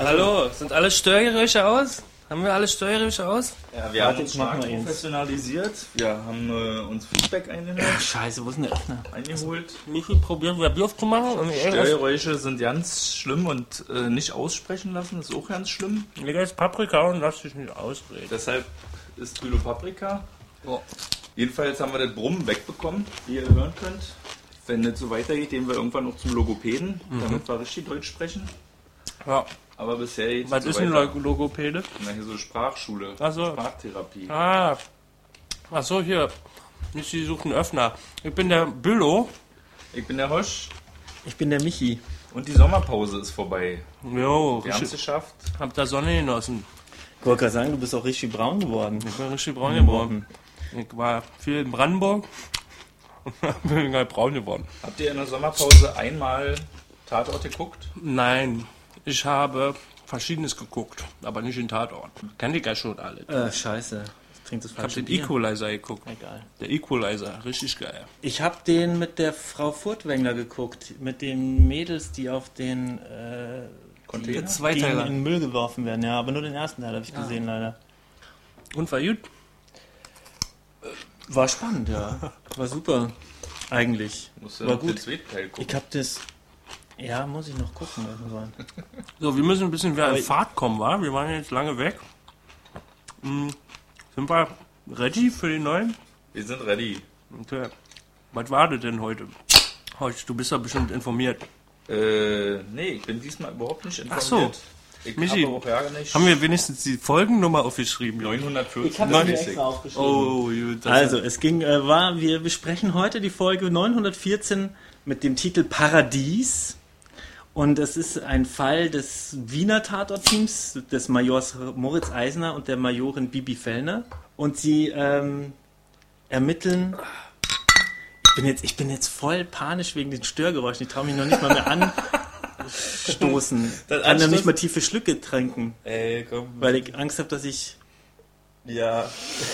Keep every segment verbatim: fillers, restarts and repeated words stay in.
Hallo, sind alle Störgeräusche aus? Haben wir alle Störgeräusche aus? Ja, wir haben uns stark professionalisiert. Wir haben äh, uns Feedback eingeholt. Scheiße, wo ist denn der Öffner? Eingeholt. Michi, probieren wir Bier aufzumachen. Störgeräusche sind ganz schlimm und äh, nicht aussprechen lassen ist auch ganz schlimm. Leg jetzt Paprika und lass dich nicht ausreden. Deshalb ist Bülow Paprika. Oh. Jedenfalls haben wir das Brummen wegbekommen, wie ihr hören könnt. Wenn das so weitergeht, gehen wir irgendwann noch zum Logopäden, mhm. damit wir richtig Deutsch sprechen. Ja. Aber bisher geht's Was so ist ein weiter. Logopäde? Na, hier so Sprachschule, Ach so. Sprachtherapie. Ah. Ach so, hier. Michi sucht einen Öffner. Ich bin der Bülow. Ich bin der Hosch. Ich bin der Michi. Und die Sommerpause ist vorbei. Jo, Wir haben es geschafft. Hab da Sonne genossen. Ich wollte gerade sagen, du bist auch richtig braun geworden. Ich bin richtig braun geworden. Ich war viel in Brandenburg und bin halt braun geworden. Habt ihr in der Sommerpause einmal Tatort geguckt? Nein, ich habe Verschiedenes geguckt, aber nicht in Tatort. Kennt ihr ja schon alle. Äh, scheiße. Ich trinke das Ich habe falsche den Bier. Equalizer geguckt. Egal. Der Equalizer, richtig geil. Ich habe den mit der Frau Furtwängler geguckt. Mit den Mädels, die auf den äh, Container? die Zweiteiler. in den Müll geworfen werden. Ja, aber nur den ersten Teil habe ich Ja. gesehen, leider. Und war gut? War spannend, ja. War super. Eigentlich. Musst du War noch den gut. zweiten Teil gucken. Ich habe das... Ja, muss ich noch gucken irgendwann. So, wir müssen ein bisschen wieder Aber in Fahrt kommen, wa? Wir waren jetzt lange weg. Hm, sind wir ready für den neuen? Wir sind ready. Okay. Was war das denn heute? Heute, du bist ja bestimmt informiert. Äh, nee, ich bin diesmal überhaupt nicht Ach so. informiert. Ich Michi, habe auch ja nicht... Haben wir wenigstens die Folgennummer aufgeschrieben? Junge? neunhundertvierzig. Ich habe es mir extra aufgeschrieben. Oh, gut. das- Also, es ging, äh, war, wir besprechen heute die Folge neunhundertvierzehn mit dem Titel Paradies. Und es ist ein Fall des Wiener Tatortteams, des Majors Moritz Eisner und der Majorin Bibi Fellner. Und sie ähm, ermitteln. Ich bin, jetzt, ich bin jetzt voll panisch wegen den Störgeräuschen. Ich traue mich noch nicht mal mehr anstoßen. Das Ich kann noch nicht Anstoßen? mal tiefe Schlücke trinken, Ey, komm. weil ich Angst habe, dass ich... Ja.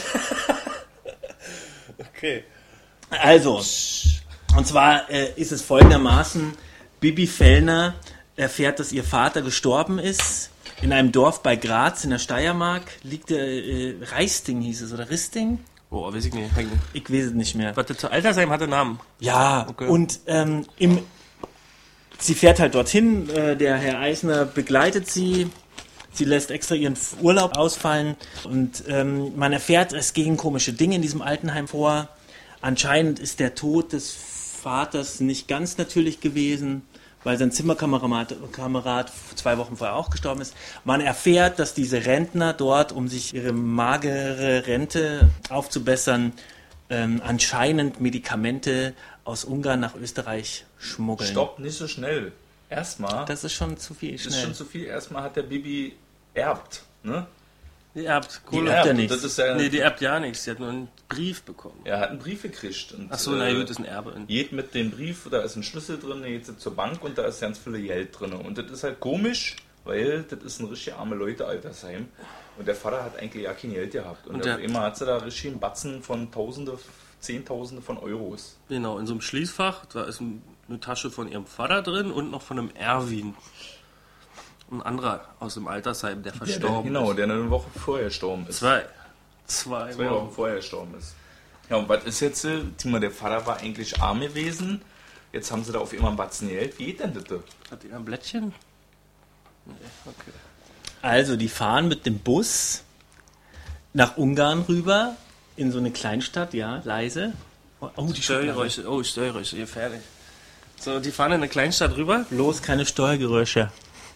Okay. Also, und zwar äh, ist es folgendermaßen, Bibi Fellner erfährt, dass ihr Vater gestorben ist. In einem Dorf bei Graz in der Steiermark liegt der äh, Reisting hieß es, oder Risting? Oh, weiß ich nicht. Ich weiß es nicht mehr. Warte, zu Altersheim hatte Namen. Ja, Okay. und ähm, im, sie fährt halt dorthin, äh, der Herr Eisner begleitet sie, sie lässt extra ihren Urlaub ausfallen und ähm, man erfährt, es gehen komische Dinge in diesem Altenheim vor. Anscheinend ist der Tod des Vaters nicht ganz natürlich gewesen, weil sein Zimmerkamerad Kamerad zwei Wochen vorher auch gestorben ist. Man erfährt, dass diese Rentner dort, um sich ihre magere Rente aufzubessern, ähm, anscheinend Medikamente aus Ungarn nach Österreich schmuggeln. Stopp, nicht so schnell. Erstmal, das Das ist schon zu viel ist schnell. schon zu viel. Erstmal hat der Bibi erbt, ne? Die erbt Die Kohle. erbt ja Und nichts. Das ist ja, Nee, die erbt ja nichts. Sie hat nur einen Brief bekommen. er hat einen Brief gekriegt. Und, Ach so, na gut, das ist ein Erbe. Geht mit dem Brief, da ist ein Schlüssel drin, geht sie zur Bank und da ist ganz viel Geld drin. Und das ist halt komisch, weil das ist ein richtig arme Leute-Altersheim. Und der Vater hat eigentlich ja kein Geld gehabt. Und, Und auf der- einmal hat sie da richtig einen Batzen von Tausende, Zehntausende von Euros. Genau, in so einem Schließfach, da ist ein- eine Tasche von ihrem Vater drin und noch von einem Erwin. Ein anderer aus dem Altersheim, der verstorben Genau, ist. der eine Woche vorher gestorben ist. Zwei. Zwei, Zwei Wochen vorher gestorben ist. Ja, und was ist jetzt, äh, Timo, der Vater war eigentlich arm gewesen. Jetzt haben sie da auf immer einen Batzen Geld. Wie geht denn das? Hat ihr ein Blättchen? Nee, okay. Also, die fahren mit dem Bus nach Ungarn rüber, in so eine Kleinstadt, ja, leise. Oh, die Schublade. Steuergeräusche, oh, Steuergeräusche, hier fertig. So, die fahren in eine Kleinstadt rüber. Bloß keine Steuergeräusche.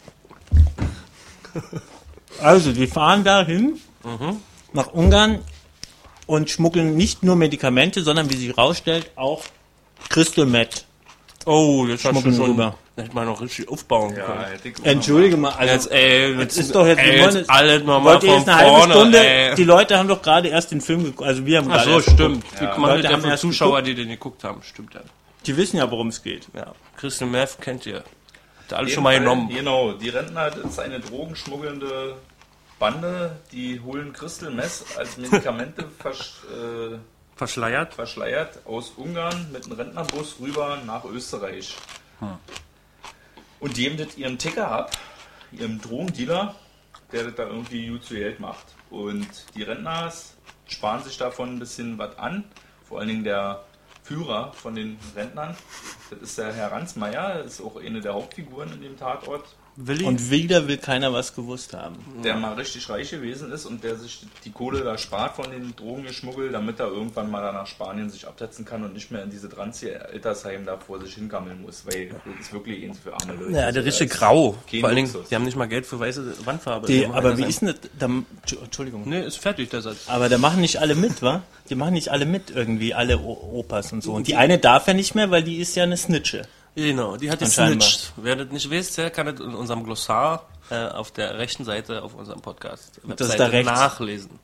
Also, die fahren dahin, Mhm. nach Ungarn und schmuggeln nicht nur Medikamente, sondern, wie sich rausstellt, auch Crystal Meth. Oh, jetzt hast du Schmuggeln schon... rüber. Hätte man noch richtig aufbauen Ja, können. hätte ich auch Entschuldige mal, also, Jetzt, ey, das ist doch jetzt, ey, wir wollen jetzt jetzt- alle nochmal wollt ihr von jetzt eine halbe vorne, Stunde, ey. die Leute haben doch gerade erst den Film geguckt, also wir haben Ach gerade so, erst stimmt. geguckt. Die Ja. man Leute ja haben für erst Zuschauer, die den geguckt haben, stimmt ja. Die wissen ja, worum es geht. Ja, Crystal Meth kennt ihr. Habt ihr alle Jeden schon mal Fall, genommen. Genau, die Rentner, das ist eine drogenschmuggelnde Bande, die holen Crystal Meth als Medikamente versch, äh, Verschleiert. verschleiert aus Ungarn mit einem Rentnerbus rüber nach Österreich. Hm. Und die geben das ihren Ticker ab, ihrem Drogendealer, der das da irgendwie gut zu Geld macht. Und die Rentners sparen sich davon ein bisschen was an, vor allen Dingen der Führer von den Rentnern. Das ist der Herr Ransmayr, das ist auch eine der Hauptfiguren in dem Tatort. Willi? Und wieder will keiner was gewusst haben. Der mal richtig reich gewesen ist und der sich die Kohle da spart von den Drogengeschmuggel, damit er irgendwann mal nach Spanien sich absetzen kann und nicht mehr in diese Ranzi-Altersheim da vor sich hingammeln muss, weil das ist wirklich eins für arme Leute. Ja, der richtig grau. Vor allen Dingen, die haben nicht mal Geld für weiße Wandfarbe. Die, aber wie ist denn das? Da, Entschuldigung. Nee, ist fertig der Satz. Aber da machen nicht alle mit, wa? Die machen nicht alle mit irgendwie, alle Opas und so. Und die eine darf ja nicht mehr, weil die ist ja eine Snitche. Genau, die hat die Snitch. Wer das nicht weiß, der kann das in unserem Glossar äh, auf der rechten Seite auf unserem Podcast das ist da rechts nachlesen.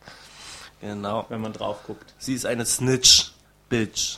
Genau. Wenn man drauf guckt. Sie ist eine Snitch, Bitch.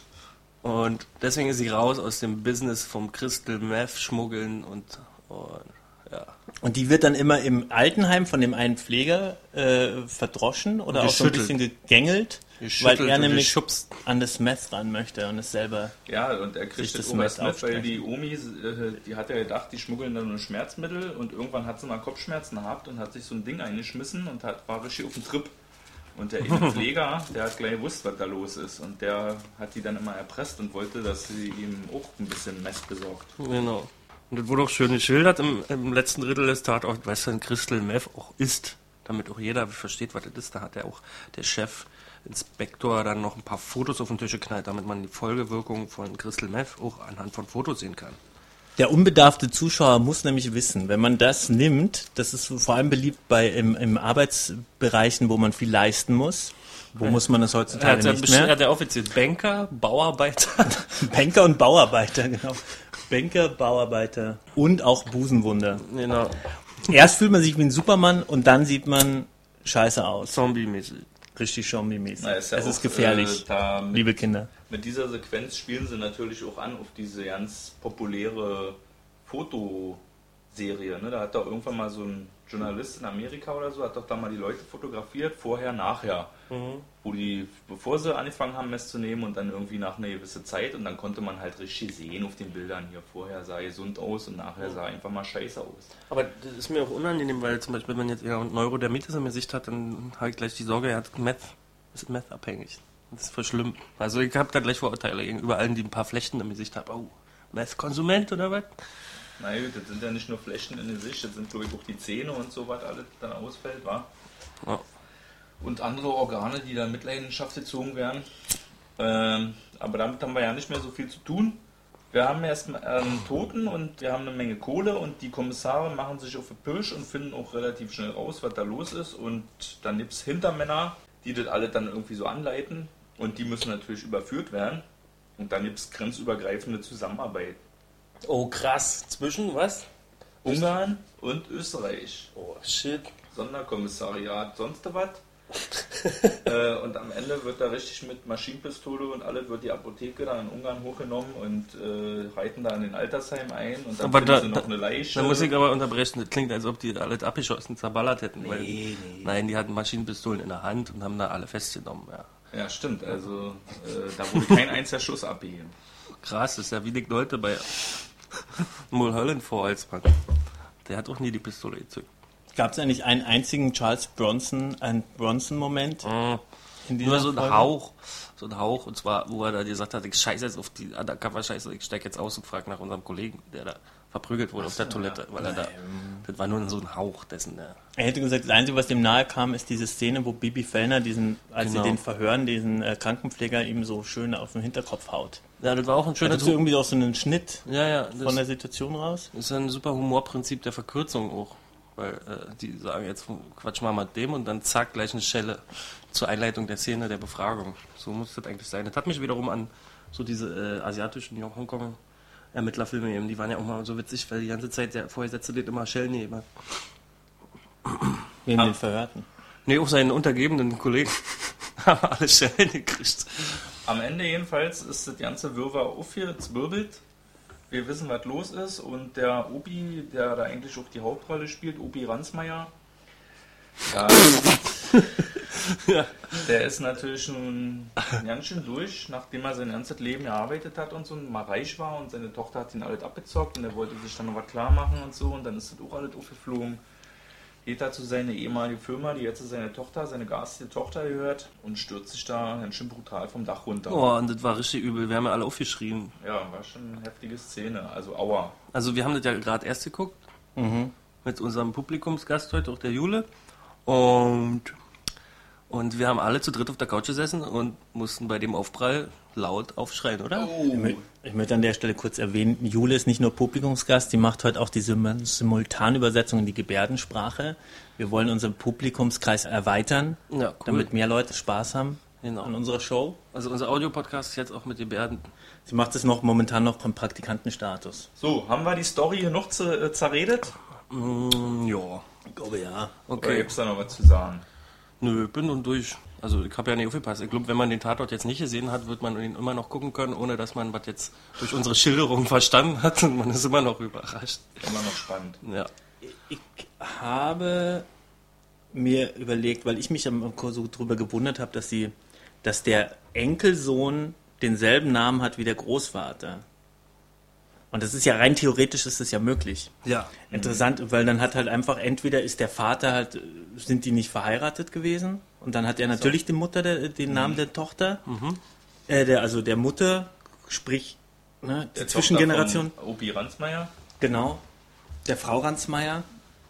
Und deswegen ist sie raus aus dem Business vom Crystal Meth schmuggeln und, und ja. Und die wird dann immer im Altenheim von dem einen Pfleger äh, verdroschen oder auch so ein bisschen gegängelt, weil er nämlich schubst. an das Meth ran möchte und es selber. Ja, und er kriegt das Meth mit, weil die Omi, äh, die hat ja gedacht, die schmuggeln dann nur Schmerzmittel und irgendwann hat sie mal Kopfschmerzen gehabt und hat sich so ein Ding eingeschmissen und hat, war richtig auf dem Trip. Und der Pfleger, der hat gleich gewusst, was da los ist und der hat die dann immer erpresst und wollte, dass sie ihm auch ein bisschen Meth besorgt. Genau. Und das wurde auch schön geschildert im, im letzten Drittel des Tatorts, was ein Crystal Meth auch ist, damit auch jeder versteht, was das ist. Da hat ja auch der Chefinspektor dann noch ein paar Fotos auf den Tisch geknallt, damit man die Folgewirkung von Crystal Meth auch anhand von Fotos sehen kann. Der unbedarfte Zuschauer muss nämlich wissen, wenn man das nimmt, das ist vor allem beliebt bei im, im Arbeitsbereichen, wo man viel leisten muss. Wo ja. muss man das heutzutage er nicht mehr? Er hat ja offiziell Banker, Bauarbeiter. Banker und Bauarbeiter, genau. Banker, Bauarbeiter und auch Busenwunder. Genau. Erst fühlt man sich wie ein Superman und dann sieht man scheiße aus. Zombie-mäßig. Richtig zombie-mäßig. Na, ist ja es auch, ist gefährlich, äh, mit, liebe Kinder. Mit dieser Sequenz spielen sie natürlich auch an auf diese ganz populäre Fotoserie. Ne? Da hat doch irgendwann mal so ein Journalist in Amerika oder so, hat doch da mal die Leute fotografiert, vorher, nachher. Mhm. Wo die, bevor sie angefangen haben, Mess zu nehmen und dann irgendwie nach einer gewissen Zeit und dann konnte man halt richtig sehen auf den Bildern hier, vorher sah gesund aus und nachher sah einfach mal scheiße aus. Aber das ist mir auch unangenehm, weil zum Beispiel, wenn man jetzt eher Neurodermitis im Gesicht hat, dann habe ich gleich die Sorge, er hat Meth, ist Meth abhängig. Das ist voll schlimm. Also ich habe da gleich Vorurteile gegenüber allen, die ein paar Flechten im Gesicht haben. Oh, Meth-Konsument oder was? Nein, das sind ja nicht nur Flächen in der Sicht, das sind glaube ich auch die Zähne und so was alles dann ausfällt, wa? Ja. Und andere Organe, die dann mit Leidenschaft gezogen werden. Ähm, aber damit haben wir ja nicht mehr so viel zu tun. Wir haben erst einen Toten und wir haben eine Menge Kohle und die Kommissare machen sich auf den Pirsch und finden auch relativ schnell raus, was da los ist. Und dann gibt es Hintermänner, die das alle dann irgendwie so anleiten und die müssen natürlich überführt werden. Und dann gibt es grenzübergreifende Zusammenarbeit. Oh krass, zwischen was? Ungarn und Österreich. Oh shit. Sonderkommissariat, sonst was. äh, und am Ende wird da richtig mit Maschinenpistole und alles wird die Apotheke da in Ungarn hochgenommen und äh, reiten da in den Altersheim ein und dann aber finden da, sie noch da, eine Leiche. Da muss ich aber unterbrechen, das klingt, als ob die alles abgeschossen, zerballert hätten. Nee, weil, nee. Nein, die hatten Maschinenpistolen in der Hand und haben da alle festgenommen. Ja, ja stimmt, also äh, da wurde kein einziger Schuss abgegeben. Krass, das ist ja wie die Leute bei Mulholland vor Holzbank. Der hat auch nie die Pistole gezückt. Gab es eigentlich einen einzigen Charles Bronson, einen Bronson-Moment? Mm. In dieser Nur so ein Folge? Hauch. So ein Hauch, und zwar, wo er da gesagt hat, ich scheiße jetzt auf die Undercover-Scheiße, ich steige jetzt aus und frage nach unserem Kollegen, der da verprügelt wurde Ach, auf der Toilette, ja. weil er da, das war nur so ein Hauch dessen. Ja. Er hätte gesagt, das Einzige, was dem nahe kam, ist diese Szene, wo Bibi Fellner diesen, als genau. sie den verhören, diesen äh, Krankenpfleger ihm so schön auf den Hinterkopf haut. Ja, das war auch ein schöner... Da irgendwie auch so einen Schnitt ja, ja, von der Situation raus. Das ist ein super Humorprinzip der Verkürzung auch. Weil äh, die sagen, jetzt quatschen wir mal mit dem und dann zack, gleich eine Schelle zur Einleitung der Szene der Befragung. So muss das eigentlich sein. Das hat mich wiederum an so diese äh, asiatischen Hongkong-Ermittlerfilme eben, die waren ja auch mal so witzig, weil die ganze Zeit der Vorgesetzte den immer Schellen nehmen. Wegen ah. den Verhörten? Nee, auch seinen untergebenen Kollegen haben alle Schellen gekriegt. Am Ende jedenfalls ist das ganze Wirrwarr aufgezwirbelt. Wir wissen, was los ist und der Obi, der da eigentlich auch die Hauptrolle spielt, Obi Ransmayr, ja, ja. Der ist natürlich schon ganz schön durch, nachdem er sein ganzes Leben gearbeitet hat und so und mal reich war und seine Tochter hat ihn alles abgezockt und er wollte sich dann noch was klar machen und so und dann ist das auch alles aufgeflogen. Geht da zu seiner ehemaligen Firma, die jetzt seine Tochter, seine garstige Tochter gehört und stürzt sich da ganz schön brutal vom Dach runter. Oh, und das war richtig übel. Wir haben ja alle aufgeschrien. Ja, war schon eine heftige Szene. Also aua. Also wir haben das ja gerade erst geguckt. Mhm. Mit unserem Publikumsgast heute, auch der Jule. Und, und wir haben alle zu dritt auf der Couch gesessen und mussten bei dem Aufprall laut aufschreien, oder? Oh. Ich möchte an der Stelle kurz erwähnen, Jule ist nicht nur Publikumsgast, die macht heute auch die Sim- Simultanübersetzung in die Gebärdensprache. Wir wollen unseren Publikumskreis erweitern, Ja, cool. damit mehr Leute Spaß haben Genau. an unserer Show. Also unser Audiopodcast ist jetzt auch mit Gebärden. Sie macht es noch momentan noch im Praktikantenstatus. So, haben wir die Story hier noch zu, äh, zerredet? Mm, ja. Ich glaube ja. Oder Okay. gibt es da noch was zu sagen? Nö, bin und durch. Also ich habe ja nicht aufgepasst. Ich glaube, wenn man den Tatort jetzt nicht gesehen hat, wird man ihn immer noch gucken können, ohne dass man was jetzt durch unsere Schilderung verstanden hat. Und man ist immer noch überrascht. Immer noch spannend. Ja. Ich habe mir überlegt, weil ich mich so drüber gewundert habe, dass sie, dass der Enkelsohn denselben Namen hat wie der Großvater. Und das ist ja rein theoretisch ist das ja möglich. Ja. Interessant, weil dann hat halt einfach entweder ist der Vater halt, sind die nicht verheiratet gewesen und dann hat er natürlich die Mutter der, den Namen der Tochter, Mhm. äh, der, also der Mutter, sprich ne, die Der Zwischengeneration. Tochter von Opi Ransmayr. Genau, der Frau Ransmayr.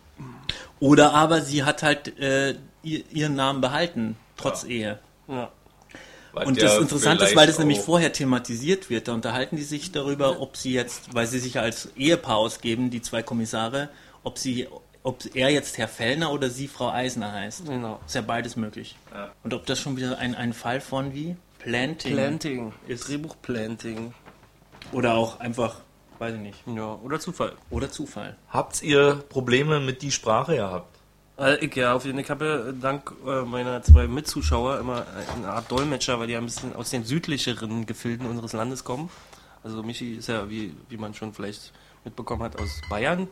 Oder aber sie hat halt äh, ihr, ihren Namen behalten, trotz Ja. Ehe. Ja. Weil Und der das Interessante ist, vielleicht weil das nämlich auch- vorher thematisiert wird, da unterhalten die sich darüber, ob sie jetzt, weil sie sich ja als Ehepaar ausgeben, die zwei Kommissare, ob sie, ob er jetzt Herr Fellner oder sie Frau Eisner heißt. Genau. Ist ja beides möglich. Ja. Und ob das schon wieder ein, ein Fall von wie? Planting. Planting. Ist. Drehbuchplanting. Oder auch einfach, weiß ich nicht. Ja, oder Zufall. Oder Zufall. Habt ihr Probleme mit die Sprache gehabt? Also ich ja, auf jeden Fall. Ich habe ja dank äh, meiner zwei Mitzuschauer immer eine Art Dolmetscher, weil die ja ein bisschen aus den südlicheren Gefilden unseres Landes kommen. Also Michi ist ja, wie, wie man schon vielleicht mitbekommen hat, aus Bayern.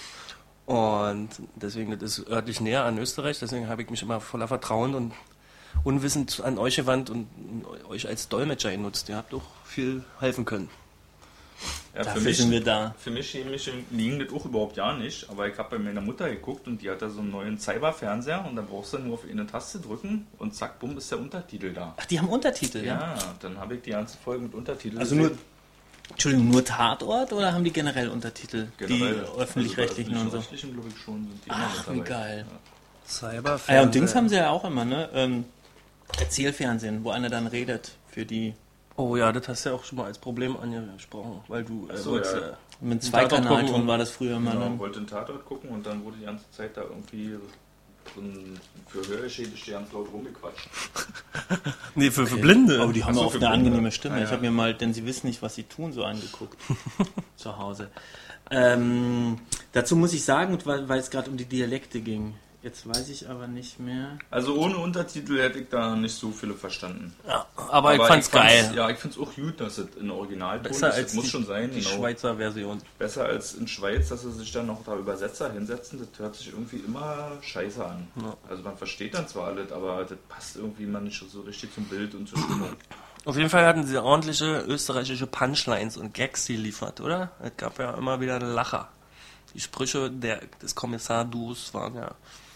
Und deswegen, das ist örtlich näher an Österreich. Deswegen habe ich mich immer voller Vertrauen und unwissend an euch gewandt und euch als Dolmetscher genutzt. Ihr habt auch viel helfen können. Ja, Dafür sind wir da. Für mich chemisch liegen das auch überhaupt ja nicht, aber ich habe bei meiner Mutter geguckt und die hat da so einen neuen Cyberfernseher und da brauchst du nur auf eine Taste drücken und zack, bumm, ist der Untertitel da. Ach, die haben Untertitel, ja? Ja, dann habe ich die ganze Folge mit Untertiteln Also nur, Entschuldigung, nur Tatort oder haben die generell Untertitel? generell. Die öffentlich-rechtlichen also und so. öffentlich-rechtlichen, glaube ich, schon sind die immer Ach, mit wie dabei. geil. Cyberfernseher. Ah ja, und Dings haben sie ja auch immer, ne? Ähm, Erzählfernsehen, wo einer dann redet für die Oh ja, das hast du ja auch schon mal als Problem angesprochen, weil du äh, Ach so, wolltest, ja. äh, mit Tatort gucken Zweikanalton und- war das früher immer. Genau, Ne? wollte einen Tatort gucken und dann wurde die ganze Zeit da irgendwie so ein für Hörgeschädigte ganz laut rumgequatscht. Nee, für, für Blinde. Aber die haben Ach so, auch für eine Blinde. angenehme Stimme. Ah, ja. Ich habe mir mal, denn sie wissen nicht, was sie tun, so angeguckt zu Hause. Ähm, dazu muss ich sagen, weil, weil es gerade um die Dialekte ging. Jetzt weiß ich aber nicht mehr. Also ohne Untertitel hätte ich da nicht so viele verstanden. Ja, aber, ich fand's geil. Ja, ich find's auch gut, dass es in Originalton Besser ist. als Das muss die, schon sein, die genau. Schweizer Version. Besser als in Schweiz, dass sie sich dann noch da Übersetzer hinsetzen. Das hört sich irgendwie immer scheiße an. Ja. Also man versteht dann zwar alles, aber das passt irgendwie immer nicht so richtig zum Bild und zur Stimmung. Auf jeden Fall hatten sie ordentliche österreichische Punchlines und Gags geliefert, oder? Es gab ja immer wieder einen Lacher. Die Sprüche der, des Kommissar-Duos waren ja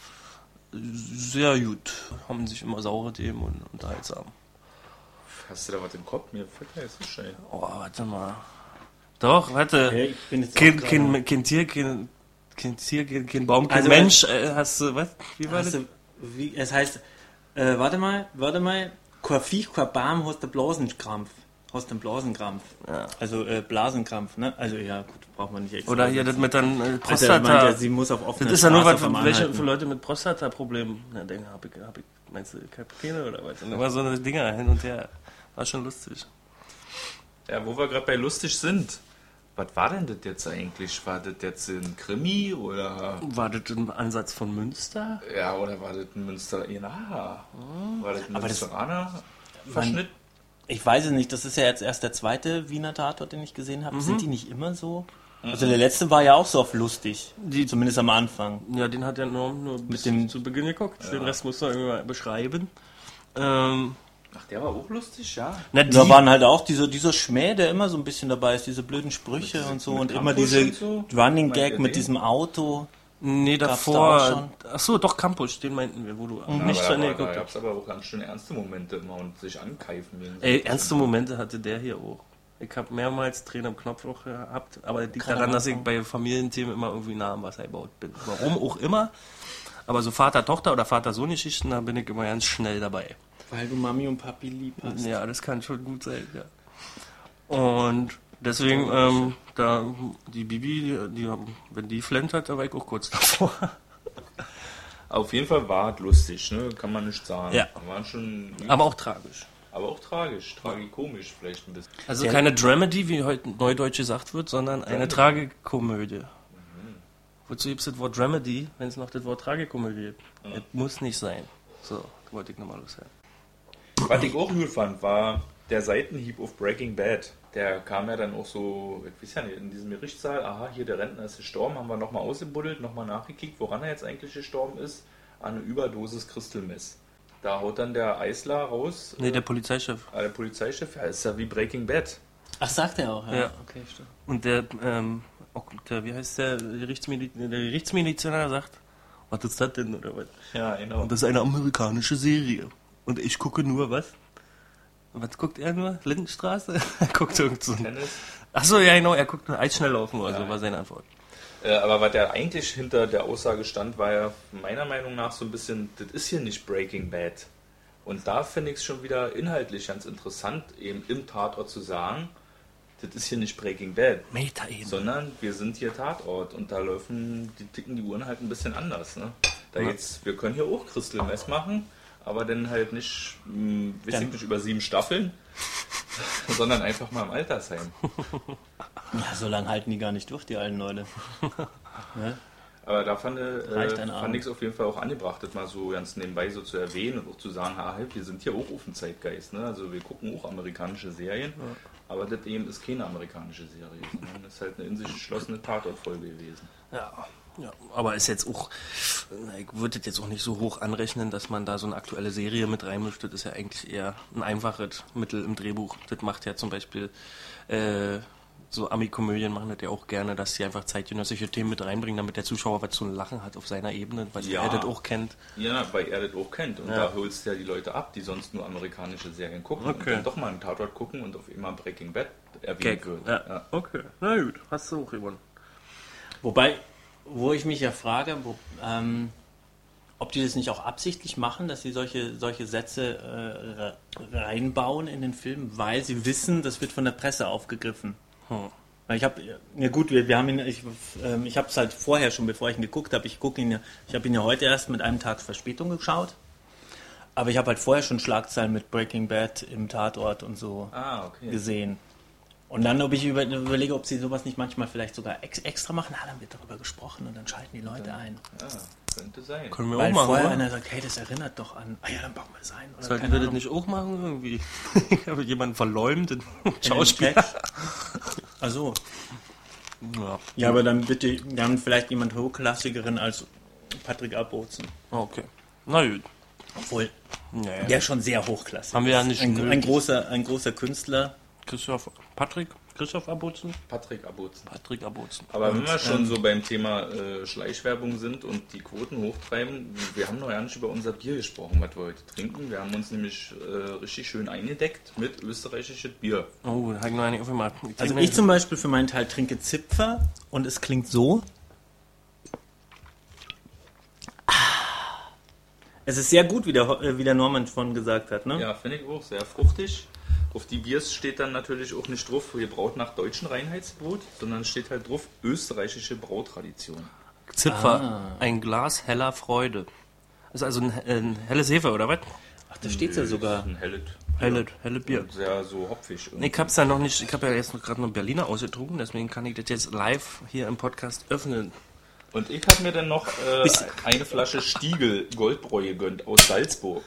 sehr gut. Haben sich immer saure Themen und unterhaltsam. Hast du da was im Kopf? Mir fällt ja jetzt nicht schnell. Oh, warte mal. Doch, warte. Okay, ich bin jetzt Kein, auch kein, kein Tier, kein, kein Tier, kein, kein Baum, kein Also, Mensch. Äh, hast du, was? Wie war Hast das? du, wie, es heißt, äh, warte mal, warte mal, kein Viech, kein Baum, hast du Blasenkrampf. Hast du Blasenkrampf. Ja. Also äh, Blasenkrampf, ne? Also ja, gut, braucht man nicht extra. Oder hier das mit dann äh, also, er Prostata. meint ja, sie muss auf offener Das ist ja nur Straße was vom für, welche, Anhalten. für Leute mit Prostata-Problemen. Na, denke, hab ich, hab ich, meinst du Kapitän oder was? Und immer so eine Dinger hin und her. War schon lustig. Ja, wo wir gerade bei lustig sind. Was war denn das jetzt eigentlich? War das jetzt ein Krimi oder War das ein Ansatz von Münster? ja, oder war das ein Münsteraner? War das ein Aber das- Münsteraner Verschnitt? Ich weiß es nicht, das ist ja jetzt erst der zweite Wiener Tatort, den ich gesehen Mhm. habe. Sind die nicht immer so? Also der letzte war ja auch so oft lustig, die, zumindest am Anfang. Ja, den hat er nur, nur Mit dem zu Beginn geguckt, Ja. den Rest musst du irgendwie mal beschreiben. Ähm, Ach, der war auch lustig, ja. na, die, Da waren halt auch diese, dieser Schmäh, der immer so ein bisschen dabei ist, diese blöden Sprüche Mit- und so mit und Campus immer diese und so? Running Meint ihr Gag mit den? diesem Auto. nee, Gab's da auch davor, schon? achso, doch, Campus, den meinten wir, wo du Ja, nicht zu aber Ende da, geguckt da hast. gab es aber auch ganz schön ernste Momente immer und sich ankeifen. wegen so- Ey, ernste Momente hatte der hier auch. Ich habe mehrmals Tränen am Knopf auch gehabt, aber liegt Gerade daran, am dass ich Anfang. bei Familienthemen immer irgendwie nah am Wasser gebaut bin. Warum auch immer. Aber so Vater-Tochter oder Vater-Sohn-Geschichten, da bin ich immer ganz schnell dabei. Weil du Mami und Papi lieb hast. Ja, das kann schon gut sein, ja. Und deswegen, ähm, da, die Bibi, die, die, wenn die flennt hat, da war ich auch kurz davor. Auf jeden Fall war es lustig, ne? Kann man nicht sagen. Ja. War schon, Aber auch tragisch. aber auch tragisch, tragikomisch vielleicht ein bisschen. Also Ja. keine Dramedy, wie heute neudeutsch gesagt wird, sondern eine Dramedy. Tragikomödie. Wozu gibt es das Wort Dramedy, wenn es noch das Wort Tragikomödie gibt? Ja. Das muss nicht sein. So, das wollte ich nochmal loswerden. Was ich auch gut fand, war der Seitenhieb auf Breaking Bad. Der kam ja dann auch so, ich weiß ja nicht, in diesem Gerichtssaal, aha, hier der Rentner ist gestorben, haben wir nochmal ausgebuddelt, nochmal nachgekickt, woran er jetzt eigentlich gestorben ist, an eine Überdosis Crystal Meth. Da haut dann der Eisler raus, Nee, der Polizeichef. äh, der Polizeichef, ja, ist ja wie Breaking Bad. Ach, sagt er auch, ja. Ja. Okay, stimmt. Und der, ähm, auch der, wie heißt der, Gerichtsmiliz der Gerichtsmilizionär sagt, was ist das denn, oder was? Ja, genau. Und das ist eine amerikanische Serie. Und ich gucke nur, was? Was guckt er nur? Lindenstraße? Er guckt irgend so. Tennis. Achso, ja genau, er guckt nur Eisschnelllaufen oder so, Ja. war seine Antwort. Äh, aber was ja eigentlich hinter der Aussage stand, war ja meiner Meinung nach so ein bisschen, das ist hier nicht Breaking Bad. Und da finde ich es schon wieder inhaltlich ganz interessant, eben im Tatort zu sagen, das ist hier nicht Breaking Bad, Meta-Ebene. sondern wir sind hier Tatort und da laufen, die ticken die Uhren halt ein bisschen anders. Ne? Da Ja. geht's, wir können hier auch Crystal Meth machen, aber dann halt nicht, mh, weiß Dann- ich nicht über sieben Staffeln, sondern einfach mal im Altersheim. Ja, so lange halten die gar nicht durch, die alten Leute. Ne? Aber da fand, äh, Reicht ein fand Abend. ich es auf jeden Fall auch angebracht, das mal so ganz nebenbei so zu erwähnen und auch zu sagen, ha, hey, wir sind hier auch auf dem Zeitgeist. Ne? Also wir gucken auch amerikanische Serien, aber das eben ist keine amerikanische Serie, sondern das ist halt eine in sich geschlossene Tatortfolge gewesen. Ja, ja, aber ist jetzt auch, ich würde das jetzt auch nicht so hoch anrechnen, dass man da so eine aktuelle Serie mit reinmischt. Das ist ja eigentlich eher ein einfaches Mittel im Drehbuch. Das macht ja zum Beispiel, äh, so Ami-Komödien machen das ja auch gerne, dass sie einfach zeitgenössische Themen mit reinbringen, damit der Zuschauer was zu lachen hat auf seiner Ebene, weil Ja. er das auch kennt. Ja, weil er das auch kennt und Ja. da holst du ja die Leute ab, die sonst nur amerikanische Serien gucken und Okay. dann doch mal einen Tatort gucken und auf einmal Breaking Bad erwähnt Gag. wird. Ja. Ja. Okay, na gut, hast du auch gewonnen. Wobei, wo ich mich ja frage, wo, ähm, ob die das nicht auch absichtlich machen, dass sie solche, solche Sätze äh, re- reinbauen in den Film, weil sie wissen, das wird von der Presse aufgegriffen. Hm. Weil ich habe, ja gut, wir, wir haben ihn, ich, ähm, ich habe es halt vorher schon, bevor ich ihn geguckt habe, ich gucke ihn ja, ich habe ihn ja heute erst mit einem Tag Verspätung geschaut, aber ich habe halt vorher schon Schlagzeilen mit Breaking Bad im Tatort und so Ah, okay. gesehen. Und dann, ob ich über, überlege, ob sie sowas nicht manchmal vielleicht sogar ex, extra machen, ah, dann wird darüber gesprochen und dann schalten die Leute ein. Ja, könnte sein. Können wir Weil auch machen, vorher oder? einer sagt, hey, das erinnert doch an, ah ja, dann bauen wir das ein. Oder Sollten keine wir das Ahnung. nicht auch machen irgendwie? Ich habe jemanden verleumdet, den In den Schauspieler. Text. Ach so. Ja. Ja, aber dann bitte, dann vielleicht jemand hochklassigeren als Patrick Abbozen. Okay. Na gut. Obwohl, Naja. der schon sehr hochklassig Haben wir ja ist. nicht Ein, ein, nötig. großer, ein großer Künstler. Christoph, Patrick? Christoph Abutzen? Patrick Abutzen. Patrick Abutzen. Aber wenn wir schon ähm, so beim Thema äh, Schleichwerbung sind und die Quoten hochtreiben, wir haben noch gar nicht über unser Bier gesprochen, was wir heute trinken. Wir haben uns nämlich äh, richtig schön eingedeckt mit österreichischem Bier. Oh, da habe ich noch nicht aufgemacht. Ich Also trinke ich zum Beispiel für meinen Teil trinke Zipfer und es klingt so. Es ist sehr gut, wie der, äh, wie der Norman von gesagt hat, ne? Ja, finde ich auch sehr fruchtig. Auf die Biers steht dann natürlich auch nicht drauf, ihr braut nach deutschen Reinheitsgebot, sondern steht halt drauf österreichische Brautradition. Zipfer, Ah. ein Glas heller Freude. Das ist also ein, ein helles Hefe, oder was? Ach, da steht ja sogar. Ein helles Helle, helle Bier. Und sehr so hopfig. Nee, ich hab's ja noch nicht, ich habe ja jetzt noch gerade noch Berliner ausgetrunken, deswegen kann ich das jetzt live hier im Podcast öffnen. Und ich habe mir dann noch äh, eine Flasche Stiegel Goldbräu gegönnt aus Salzburg.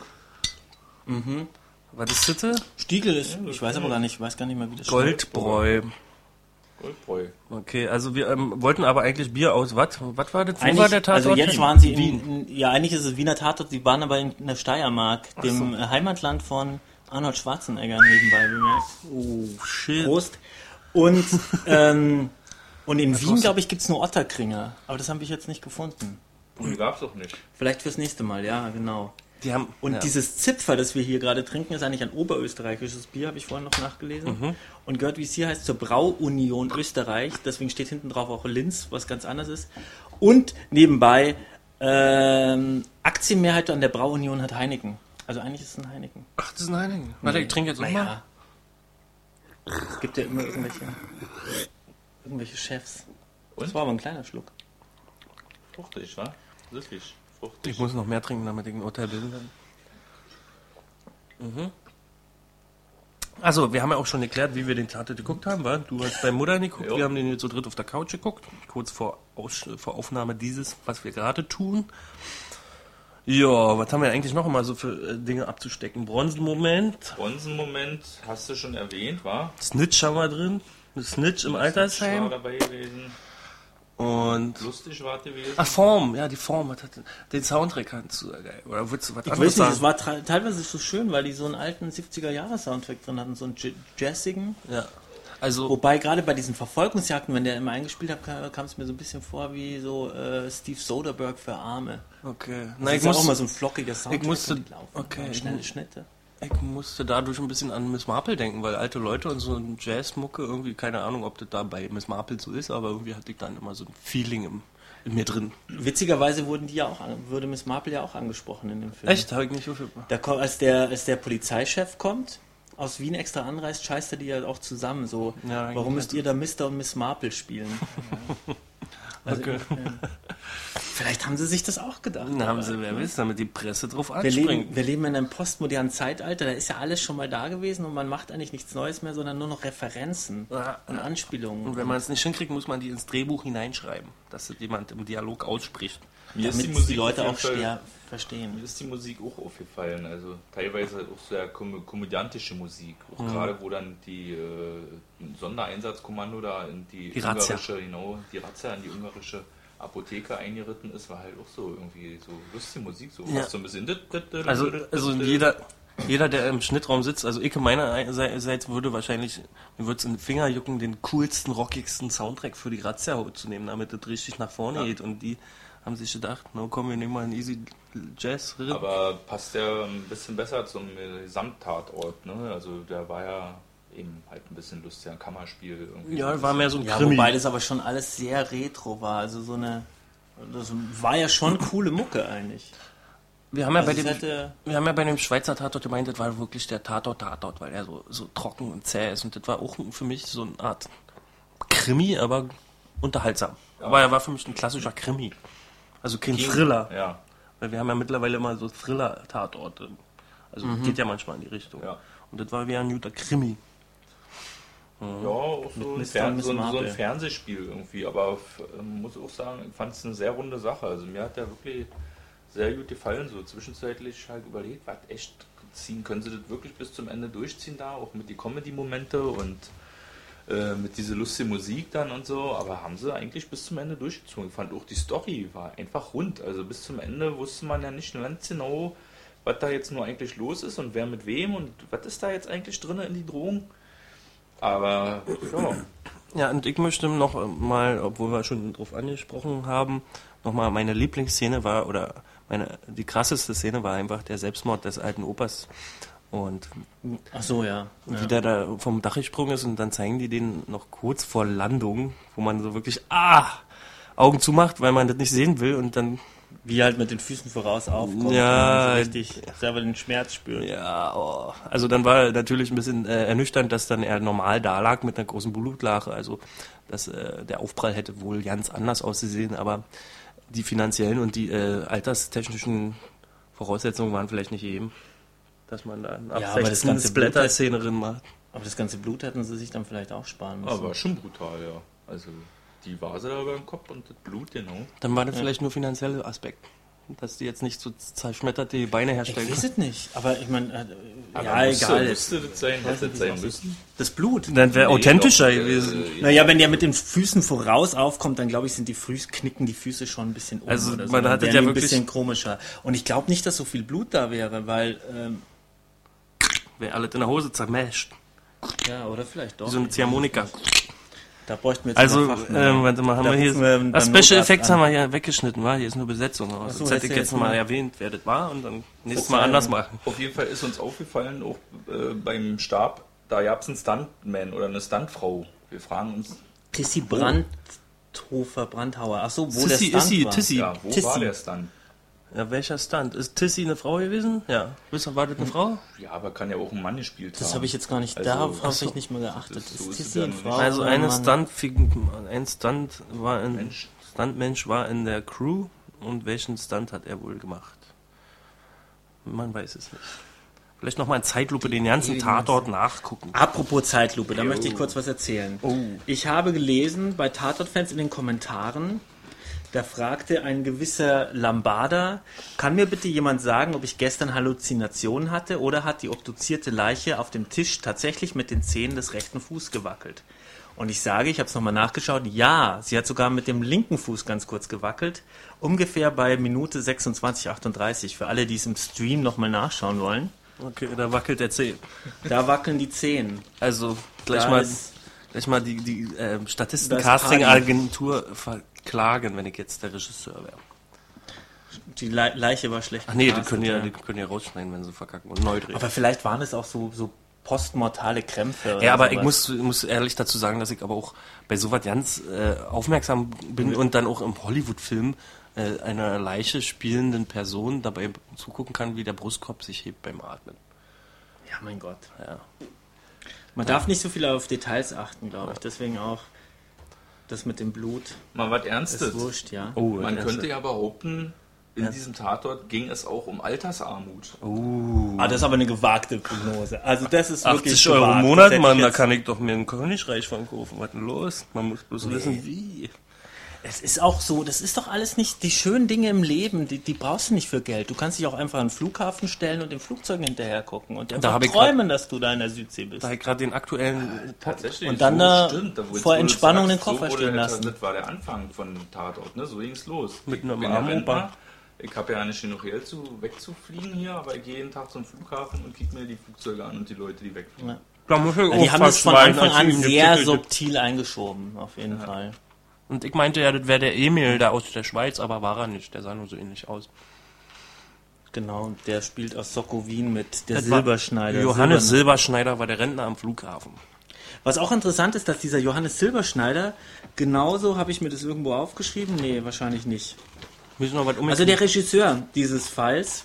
Was ist das? Stiegel ist, ich weiß aber gar nicht, ich weiß gar nicht mehr, wie das Goldbräu. Goldbräu. Okay, also wir ähm, wollten aber eigentlich Bier aus, was? Was war das? Wo Eigentlich, war der Tatort? also jetzt waren sie in Wien. In, ja, eigentlich ist es Wiener Tatort, sie waren aber in der Steiermark, dem so. äh, Heimatland von Arnold Schwarzenegger, nebenbei bemerkt. Oh, shit. Prost. Und, ähm, und in Das Wien, war's. glaube ich, gibt es nur Otterkringer, aber das habe ich jetzt nicht gefunden. Und die gab's auch nicht. Vielleicht fürs nächste Mal, ja, genau. Die haben, Und ja. dieses Zipfer, das wir hier gerade trinken, ist eigentlich ein oberösterreichisches Bier, habe ich vorhin noch nachgelesen. Mhm. Und gehört, wie es hier heißt, zur Brauunion Österreich. Deswegen steht hinten drauf auch Linz, was ganz anders ist. Und nebenbei, ähm, Aktienmehrheit an der Brauunion hat Heineken. Also eigentlich ist es ein Heineken. Ach, das ist ein Heineken. Warte, ich trinke jetzt auch mal. Naja. Es gibt ja immer irgendwelche, irgendwelche Chefs. Und? Das war aber ein kleiner Schluck. Fruchtig, wa? Süffig. Fruchtig. Ich muss noch mehr trinken, damit ich ein Urteil bilden kann. Mhm. Also, wir haben ja auch schon erklärt, wie wir den Tatort geguckt haben, wa? Du hast bei Mutter geguckt, Jo. wir haben den jetzt so dritt auf der Couch geguckt, kurz vor, Aus vor Aufnahme dieses, was wir gerade tun. Ja, was haben wir eigentlich noch immer so für äh, Dinge abzustecken? Bronzenmoment, Bronzenmoment hast du schon erwähnt, wa? Snitch haben wir drin, eine Snitch im War Altersheim dabei gewesen. und... Lustig war gewesen. Ach, Form, ja, die Form, was hat den Soundtrack kannst du, geil. Oder würdest du was Ich anderes weiß nicht, es sagen? war tra- teilweise so schön, weil die so einen alten siebziger-Jahre-Soundtrack drin hatten, so einen j- jazzigen. Ja, also... Wobei gerade bei diesen Verfolgungsjagden, wenn der immer eingespielt hat, kam, kam es mir so ein bisschen vor wie so äh, Steve Soderbergh für Arme. Okay. Das Na, ist ich ja muss, auch mal so ein flockiger Soundtrack. ich musste- wo die laufen. okay, ich Schnelle mu- Schnitte. ich musste dadurch ein bisschen an Miss Marple denken, weil alte Leute und so ein Jazzmucke irgendwie, keine Ahnung, ob das da bei Miss Marple so ist, aber irgendwie hatte ich dann immer so ein Feeling im, in mir drin. Witzigerweise wurden die ja auch, an- wurde Miss Marple ja auch angesprochen in dem Film. Echt? Habe ich nicht so viel... Da kommt, als der, als der Polizeichef kommt, aus Wien extra anreist, scheißt er die ja auch zusammen. So, Ja, warum eigentlich müsst ihr da Mister und Miss Marple spielen? Also, Okay. äh, vielleicht haben sie sich das auch gedacht. Dann haben aber- sie, wer weiß, damit die Presse drauf Wir anspringt. leben, wir leben in einem postmodernen Zeitalter, da ist ja alles schon mal da gewesen und man macht eigentlich nichts Neues mehr, sondern nur noch Referenzen Ja. und Anspielungen. Und wenn man es nicht hinkriegt, muss man die ins Drehbuch hineinschreiben, dass das jemand im Dialog ausspricht. Mir ist damit die die, Musik Leute auf auch jeden Fall- schwer verstehen. Mir ist die Musik auch aufgefallen, also teilweise auch sehr kom komödiantische Musik, auch Mhm. gerade wo dann die äh, Sondereinsatzkommando da in die, Die Razzia. ungarische, genau, die Razzia in die ungarische Apotheke eingeritten ist, war halt auch so irgendwie so lustige Musik, so Ja. fast so ein bisschen. Also, also jeder, jeder, der im Schnittraum sitzt, also ich meinerseits würde wahrscheinlich, mir würde es in den Finger jucken, den coolsten, rockigsten Soundtrack für die Razzia zu nehmen, damit das richtig nach vorne Ja. geht. Und die haben sich gedacht, na komm, wir nehmen mal einen Easy Jazz. Aber passt ja ein bisschen besser zum Gesamttatort, ne? Also der war ja eben halt ein bisschen lustiger, ein Kammerspiel. Irgendwie Ja, so ein war bisschen. mehr so ein Ja, Krimi. wobei das aber schon alles sehr retro war, also so eine, das war ja schon coole Mucke eigentlich. Wir haben ja Also bei es dem, hätte, wir haben ja bei dem Schweizer Tatort gemeint, das war wirklich der Tatort-Tatort, weil er so, so trocken und zäh ist. Und das war auch für mich so eine Art Krimi, aber unterhaltsam. Aber er war für mich ein klassischer Krimi. Also kein Ging- Thriller. Ja, Weil wir haben ja mittlerweile immer so Thriller-Tatorte. Also geht ja manchmal in die Richtung. ja. Und das war wie ein guter Krimi. Ja, auch so ein, Mister Fern und Miss so, ein, so ein Marple. Fernsehspiel irgendwie, aber f- ähm, muss auch sagen, ich fand es eine sehr runde Sache. Also mir hat der wirklich sehr gut gefallen, so zwischenzeitlich halt überlegt, was echt ziehen, können sie das wirklich bis zum Ende durchziehen da, auch mit die Comedy-Momente und äh, mit dieser lustigen Musik dann und so, aber haben sie eigentlich bis zum Ende durchgezogen. Ich fand auch die Story war einfach rund, also bis zum Ende wusste man ja nicht ganz genau, was da jetzt nur eigentlich los ist und wer mit wem und was ist da jetzt eigentlich drin in die Drohung. Aber ja, Ja, und ich möchte noch mal, obwohl wir schon drauf angesprochen haben, nochmal meine Lieblingsszene war, oder meine, die krasseste Szene war einfach der Selbstmord des alten Opas. Und ach so, ja. wie ja. der da vom Dach gesprungen ist und dann zeigen die den noch kurz vor Landung, wo man so wirklich, ah, Augen zumacht, weil man das nicht sehen will und dann, Wie halt mit den Füßen voraus aufkommt Ja, und so richtig selber den Schmerz spürt. ja, oh. Also dann war natürlich ein bisschen äh, ernüchternd, dass dann er normal da lag mit einer großen Blutlache, also dass äh, der Aufprall hätte wohl ganz anders ausgesehen, aber die finanziellen und die äh, alterstechnischen Voraussetzungen waren vielleicht nicht gegeben, dass man da ab Ja, aber das sechzehn ganze Blut- Splatter-Szene drin macht. Aber das ganze Blut hätten sie sich dann vielleicht auch sparen müssen. aber schon brutal, ja. Also die Vase da über dem Kopf und das Blut, genau. Dann war das vielleicht nur finanzielle Aspekt. Dass die jetzt nicht so zerschmetterte Beine herstellen. Ich weiß es nicht, aber ich meine, äh, ja, musste, egal. Musste das sein, hätte das sein müssen. Das Blut. Dann wäre Nee, authentischer doch, gewesen. Äh, Naja, wenn der mit den Füßen voraus aufkommt, dann glaube ich, sind die Füße, knicken die Füße schon ein bisschen um. Also, oder so. man Dann hat es wären ja die ein wirklich- bisschen komischer. Und ich glaube nicht, dass so viel Blut da wäre, weil, ähm, Wäre alles in der Hose zermasht. ja, oder vielleicht doch. Wie so eine Ziehharmonika. Da bräuchten wir jetzt Also, mal Fachmann. ähm, warte mal, haben Da wir hier. rufen wir beim Das Special Notarzt Effects an. haben wir ja weggeschnitten, war? Hier ist nur Besetzung. Aber so, das hätte ich erzähl jetzt mal mal. erwähnt, wer das war und dann nächstes Verzeihung. Mal anders machen. Auf jeden Fall ist uns aufgefallen, auch äh, beim Stab, da gab es einen Stuntman oder eine Stuntfrau. Wir fragen uns, Tissy Brandhofer, Brandhauer. Ach so, wo Sissy, der Stunt Issy, war. Tissy. ja, wo Tissy. war der Stunt? Ja, welcher Stunt? Ist Tissy eine Frau gewesen? Ja. Wisst ihr, war das eine Frau? Ja, aber kann ja auch ein Mann gespielt Das haben. habe ich jetzt gar nicht, Also, darauf habe achso. ich nicht mehr geachtet. Das- so Ist ist es Tissy ja eine noch Frau? nicht. Also oder eine Mann? Stunt, ein Stunt war in, Mensch. Stuntmensch war in der Crew und welchen Stunt hat er wohl gemacht? Man weiß es nicht. Vielleicht nochmal in Zeitlupe den ganzen Tatort nachgucken. Apropos Zeitlupe, da Jo. möchte ich kurz was erzählen. Oh. Ich habe gelesen bei Tatort-Fans in den Kommentaren, da fragte ein gewisser Lambada, kann mir bitte jemand sagen, ob ich gestern Halluzinationen hatte oder hat die obduzierte Leiche auf dem Tisch tatsächlich mit den Zehen des rechten Fußes gewackelt? Und ich sage, ich habe es nochmal nachgeschaut, ja, sie hat sogar mit dem linken Fuß ganz kurz gewackelt, ungefähr bei Minute sechsundzwanzig achtunddreißig, für alle, die es im Stream nochmal nachschauen wollen. Okay, da wackelt der Zeh. Da wackeln die Zehen. Also gleich Da mal, ist- gleich mal die, die äh, Da ist Statisten-Casting-Agentur verklagen, wenn ich jetzt der Regisseur wäre. Die Le Leiche war schlecht. Ach nee, die gecastet, können ja, ja. die können ja rausschneiden, wenn sie verkacken und neu drehen. Aber vielleicht waren es auch so, so postmortale Krämpfe. Oder Ja, aber sowas. ich muss, muss ehrlich dazu sagen, dass ich aber auch bei sowas ganz äh, aufmerksam bin und dann auch im Hollywood-Film äh, einer Leiche spielenden Person dabei zugucken kann, wie der Brustkorb sich hebt beim Atmen. Ja, mein Gott. Ja. Man darf nicht so viel auf Details achten, glaube ich. Deswegen auch das mit dem Blut Mal was ist Ernstes. wurscht, ja. Oh, Man das- könnte ja behaupten, in diesem Tatort ging es auch um Altersarmut. Oh. Ah, das ist aber eine gewagte Prognose. Also das ist wirklich achtzig Euro im gewagt. Monat, Das hätte Mann, ich da jetzt- kann ich doch mir ein Königreich von kaufen. Was denn los? Man muss bloß wissen, wie. Es ist auch so, das ist doch alles nicht, die schönen Dinge im Leben, die, die brauchst du nicht für Geld. Du kannst dich auch einfach an den Flughafen stellen und den Flugzeugen hinterher gucken und Da einfach hab ich träumen, dass du da in der Südsee bist. Da ich gerade den aktuellen Tatsächlich. Und dann da stimmt, wo- vor wo du Entspannung sagst, den Koffer so wurde stehen der- lassen. Das war der Anfang von Tatort, ne? So ging es los. Mit einem Bin ja Armopa. Rentner. Ich habe ja nicht genug Geld zu, wegzufliegen hier, aber ich gehe jeden Tag zum Flughafen und kicke mir die Flugzeuge an und die Leute, die wegfliegen. Ja. Da muss ich Ja, auch die haben das von verschweigen, Anfang als an ich ihm sehr getitelt- subtil eingeschoben, auf jeden Fall. Und ich meinte ja, das wäre der Emil da aus der Schweiz, aber war er nicht. Der sah nur so ähnlich aus. Genau, und der spielt aus Sokowin mit der Das war Silberschneider. Johannes Silber- Silberschneider war der Rentner am Flughafen. Was auch interessant ist, dass dieser Johannes Silberschneider, genauso habe ich mir das irgendwo aufgeschrieben, nee, wahrscheinlich nicht. Müssen wir was um Also der Regisseur dieses Falls,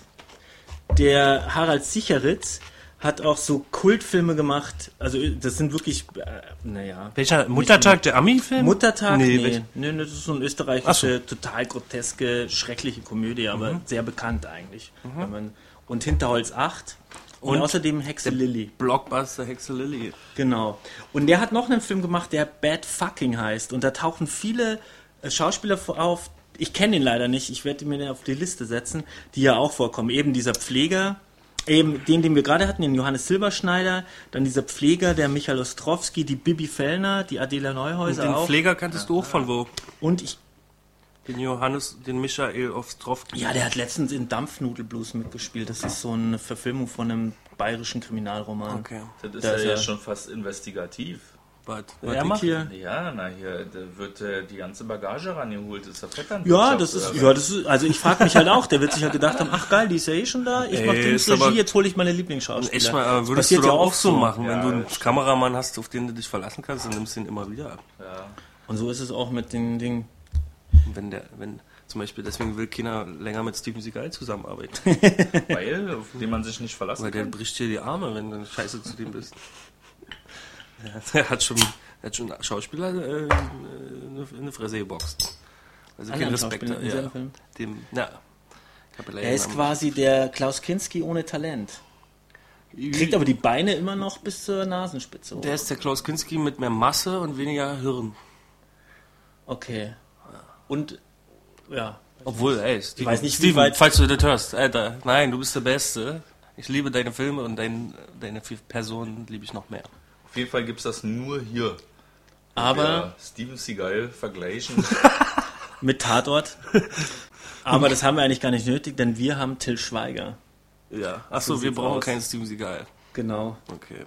der Harald Sicheritz, hat auch so Kultfilme gemacht, also das sind wirklich, äh, naja. Welcher? Muttertag, der Ami-Film? Muttertag? Nee, Nee, welch- nee, nee, das ist so eine Ach österreichische, total groteske, schreckliche Komödie, aber sehr bekannt eigentlich. Wenn man, und Hinterholz acht und, Und außerdem Hexe Lilly. Blockbuster Hexe Lilly. Genau. Und der hat noch einen Film gemacht, der Bad Fucking heißt. Und da tauchen viele äh, Schauspieler vor- auf. Ich kenne ihn leider nicht. Ich werde ihn mir auf die Liste setzen, die ja auch vorkommen. Eben dieser Pfleger, eben den, den wir gerade hatten, den Johannes Silberschneider. Dann dieser Pfleger, der Michael Ostrowski, die Bibi Fellner, die Adela Und Neuhäuser den auch. Pfleger kanntest du auch von wo? Und ich, Den Johannes, den Michael Ostrowski. ja, der hat letztens in Dampfnudelblues mitgespielt. Das ist so eine Verfilmung von einem bayerischen Kriminalroman. Okay. Das ist Da ja, ist ja er. schon fast investigativ. Was? Was Was er ich macht? hier, Ja, na hier, da wird äh, die ganze Bagage rangeholt. Das ist ja Ja, Vetternwirtschaft, das ist, oder ja, das ist, also ich frage mich halt auch, der wird sich halt gedacht haben, ach geil, die ist ja eh schon da, ich mach Ey, den ist aber- Regie, jetzt hole ich meine Lieblingsschauspieler. Echt mal, aber Das würdest du passiert doch ja auch oft so machen, Ja, wenn du einen das- Kameramann hast, auf den du dich verlassen kannst, dann nimmst du ihn immer wieder ab. Ja. Und so ist es auch mit den Dingen. Wenn der, wenn, zum Beispiel, deswegen will keiner länger mit Steven Seagal zusammenarbeiten. Weil, auf den man sich nicht verlassen Weil der kann. bricht dir die Arme, wenn du scheiße zu dem bist. Ja, der hat schon, der hat schon Schauspieler äh, eine, eine Fresse geboxt. Also kein Anderen Respekt. Schauspieler in Ja, seinem Film? dem, ja. Ich hab leider Er ist den quasi der Klaus Kinski ohne Talent. Namen- Kriegt aber die Beine immer noch bis zur Nasenspitze hoch. Der ist der Klaus Kinski mit mehr Masse und weniger Hirn. Okay. Und, ja, Obwohl, ey, Steven, ich weiß nicht, Steven, wie weit... falls du das hörst, Alter, nein, du bist der Beste. Ich liebe deine Filme und dein, deine Person liebe ich noch mehr. Auf jeden Fall gibt es das nur hier. Aber... Ja, Steven Seagal vergleichen. Mit Tatort. Aber das haben wir eigentlich gar nicht nötig, denn wir haben Till Schweiger. Ja, achso, So wir sieht's brauchen aus. keinen Steven Seagal. Genau. Okay.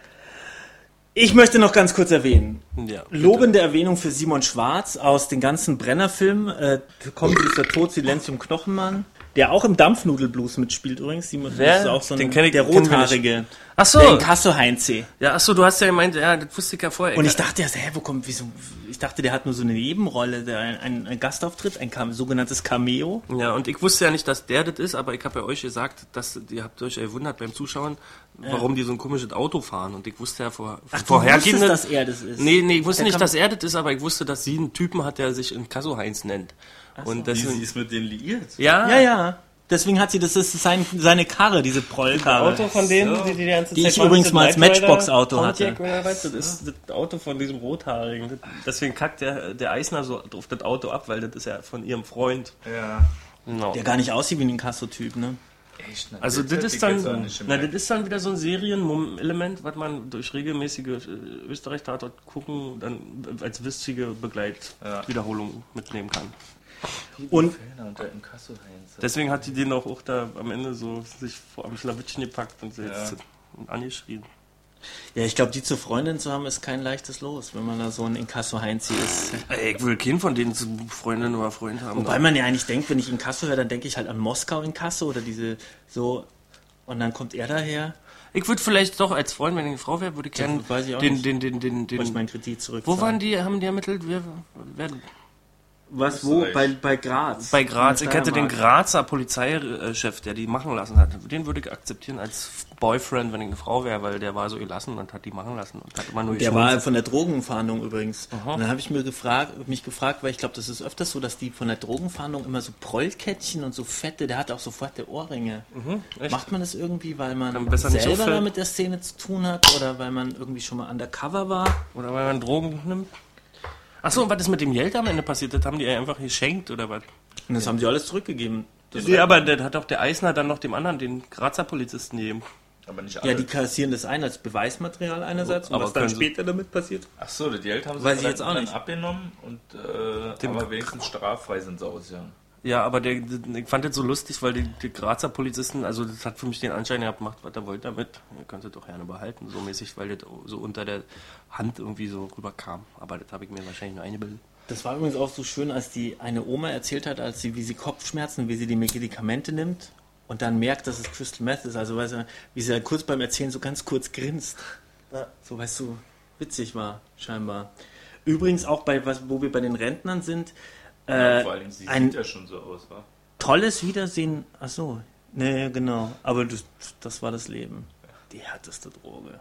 Ich möchte noch ganz kurz erwähnen. Ja, Lobende Erwähnung für Simon Schwarz aus den ganzen Brenner-Filmen. Äh, Comedy ist der Tod, Silenzium, Knochenmann. Der auch im Dampfnudelblues mitspielt übrigens. Simon Wer? ist auch so ein, Den kenn ich- der kennen wir Rothaarige. Ach so. Der Inkasso-Heinze. Ja, achso, du hast ja gemeint, ja, das wusste ich ja vorher. Und ich dachte erst, hä, wo kommt, wieso? Ich dachte, der hat nur so eine Nebenrolle, der, ein, ein, ein Gastauftritt, ein Cam- sogenanntes Cameo. Ja, und ich wusste ja nicht, dass der das ist, aber ich habe ja euch gesagt, dass ihr habt euch gewundert beim Zuschauen, warum die so ein komisches Auto fahren. Und ich wusste ja vor, Ach, du vorhergehende... wusstest, dass er das ist. Nee, nee, ich wusste Der nicht, kam- dass er das ist, aber ich wusste, dass sie einen Typen hat, der sich Inkasso Heinz nennt. Und Wie deswegen, sie ist mit denen liiert. ja, Ja, ja. Deswegen hat sie, das ist sein, seine Karre, diese Prollkarre. Auto von denen, die die ganze Die Zeit ich machen, übrigens sind mal als Knight Rider, Matchbox-Auto Pontiac hatte. oder was, das ist das Auto von diesem Rothaarigen. Deswegen kackt der, der Eisner so auf das Auto ab, weil das ist ja von ihrem Freund. Ja. Genau. Der gar nicht aussieht wie ein Inkasso-Typ, ne? Echt, ne? Also das hätte ist ich dann, jetzt auch nicht na, gemerkt. das ist dann wieder so ein Serienelement, was man durch regelmäßige äh, Österreich-Tatort gucken, dann als witzige Begleitwiederholung mitnehmen kann. Und Fellner und der Inkasso-Heinz. Deswegen hat die den auch, auch da am Ende so sich vor am Schlawittchen gepackt und sie jetzt angeschrien. ja, ich glaube, die zur Freundin zu haben, ist kein leichtes Los, wenn man da so ein Inkasso-Heinzi ist. Ey, ich will keinen von denen zu Freundin oder Freund haben. Wobei man ja eigentlich denkt, wenn ich Inkasso höre, dann denke ich halt an Moskau Inkasso oder diese so. Und dann kommt er daher. Ich würde vielleicht doch als Freund, wenn ich eine Frau wäre, würde ich gerne weiß ich auch den, nicht. den, den, den, Wollte ich den, meinen Kredit zurück. wo waren die, haben die ermittelt? Wer, wer, Was, wo? Österreich. Bei, bei Graz. bei Graz. In Ich der hätte den Steiermark. Grazer Polizeichef, der die machen lassen hat, den würde ich akzeptieren als Boyfriend, wenn ich eine Frau wäre, weil der war so gelassen und hat die machen lassen und hat immer nur Der geschmunzelt. war von der Drogenfahndung übrigens. Und dann habe ich mir gefragt, mich gefragt, weil ich glaube, das ist öfters so, dass die von der Drogenfahndung immer so Prollkettchen und so fette, der hat auch so fette Ohrringe. echt? Macht man das irgendwie, weil man Dann besser nicht selber auffällt? da mit der Szene zu tun hat oder weil man irgendwie schon mal undercover war? Oder weil man Drogen nimmt. Achso, und was ist mit dem Geld am Ende passiert? Das haben die einfach geschenkt oder was? Und das haben die alles zurückgegeben. Das Nee, aber der hat auch der Eisner dann noch dem anderen, den Grazer Polizisten gegeben. Aber nicht alle. ja, die kassieren das ein als Beweismaterial einerseits und Aber was dann können sie- später damit passiert. Ach so, das Geld haben sie Weiß ich dann, jetzt auch dann nicht. abgenommen und äh, Dem- aber wenigstens straffrei sind sie ausgegangen. Ja, aber der, ich fand das so lustig, weil die, die Grazer Polizisten, also das hat für mich den Anschein gehabt, macht, was er wollt damit. Ihr könnt es doch gerne behalten, so mäßig, weil das so unter der Hand irgendwie so rüberkam. Aber das habe ich mir wahrscheinlich nur eingebildet. Das war übrigens auch so schön, als die eine Oma erzählt hat, als sie, wie sie Kopfschmerzen, wie sie die Medikamente nimmt und dann merkt, dass es Crystal Meth ist. Also weißt du, wie sie dann kurz beim Erzählen so ganz kurz grinst. So, weißt du, witzig war, scheinbar. Übrigens auch bei, was, wo wir bei den Rentnern sind, Ja, äh, vor allem, sie ein sieht ja schon so aus, wa? tolles Wiedersehen. Ach so, ne, genau. Aber das, das war das Leben. Die härteste Droge.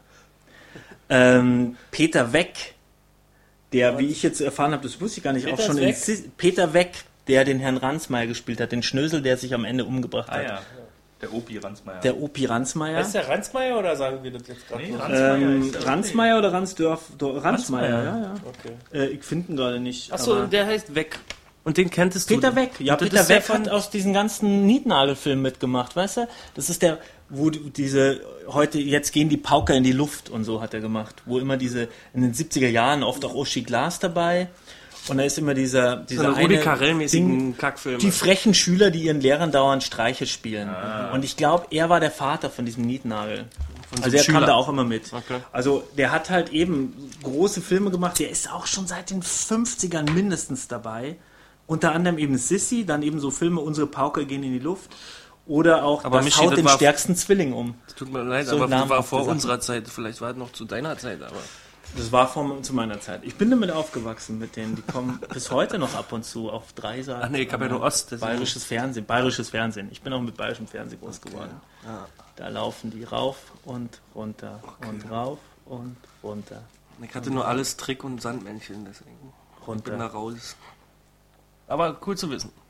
Ähm, Peter Weck, der, wie ich jetzt erfahren habe, das wusste ich gar nicht, auch Peter schon ist in weg? Sis- Peter Weck, der den Herrn Ransmayr gespielt hat, den Schnösel, der sich am Ende umgebracht Ah hat. ja, der Opi Ransmayr. Der Opi Ransmayr. Ist der Ransmayr oder sagen wir das jetzt gerade? Nee, so? Ransmayr Ähm, ist der Ransmayr oder Ransdorf? Do, Ransmayr, Ransmayr. ja, ja. Okay. Äh, ich finde ihn gerade nicht. Achso, aber- der heißt Weg. Und den kenntest Peter du? Weck. Ja, Und das Peter ist der Weck von- hat aus diesen ganzen Nietnagelfilmen mitgemacht, weißt du? Das ist der, wo die- diese, heute, jetzt gehen die Pauker in die Luft und so hat er gemacht. Wo immer diese, in den siebziger Jahren oft auch Uschi Glas dabei. Und da ist immer dieser, dieser so eine Rudi eine Carell-mäßigen Ding, Kackfilm. die frechen Schüler, die ihren Lehrern dauernd Streiche spielen. Und ich glaube, er war der Vater von diesem Nietnagel. so Also er Schüler. kam da auch immer mit. Okay. Also der hat halt eben große Filme gemacht. Der ist auch schon seit den fünfzigern mindestens dabei. Unter anderem eben Sissy, dann eben so Filme Unsere Pauker gehen in die Luft. Oder auch Aber Das Michi, haut das den war- stärksten Zwilling um. Tut mir leid, So aber das war namhafte vor Sachen. unserer Zeit. Vielleicht war es noch zu deiner Zeit, aber... Das war vor, zu meiner Zeit. Ich bin damit aufgewachsen mit denen. Die kommen bis heute noch ab und zu auf drei Seiten. Ach nee, ich habe ja nur Ost. deswegen- Bayerisches Fernsehen, bayerisches Fernsehen. Ich bin auch mit bayerischem Fernsehen groß geworden. Da laufen die rauf und runter und rauf und runter. Ich hatte nur alles Trick und Sandmännchen, deswegen Runter. bin da raus. Aber cool zu wissen.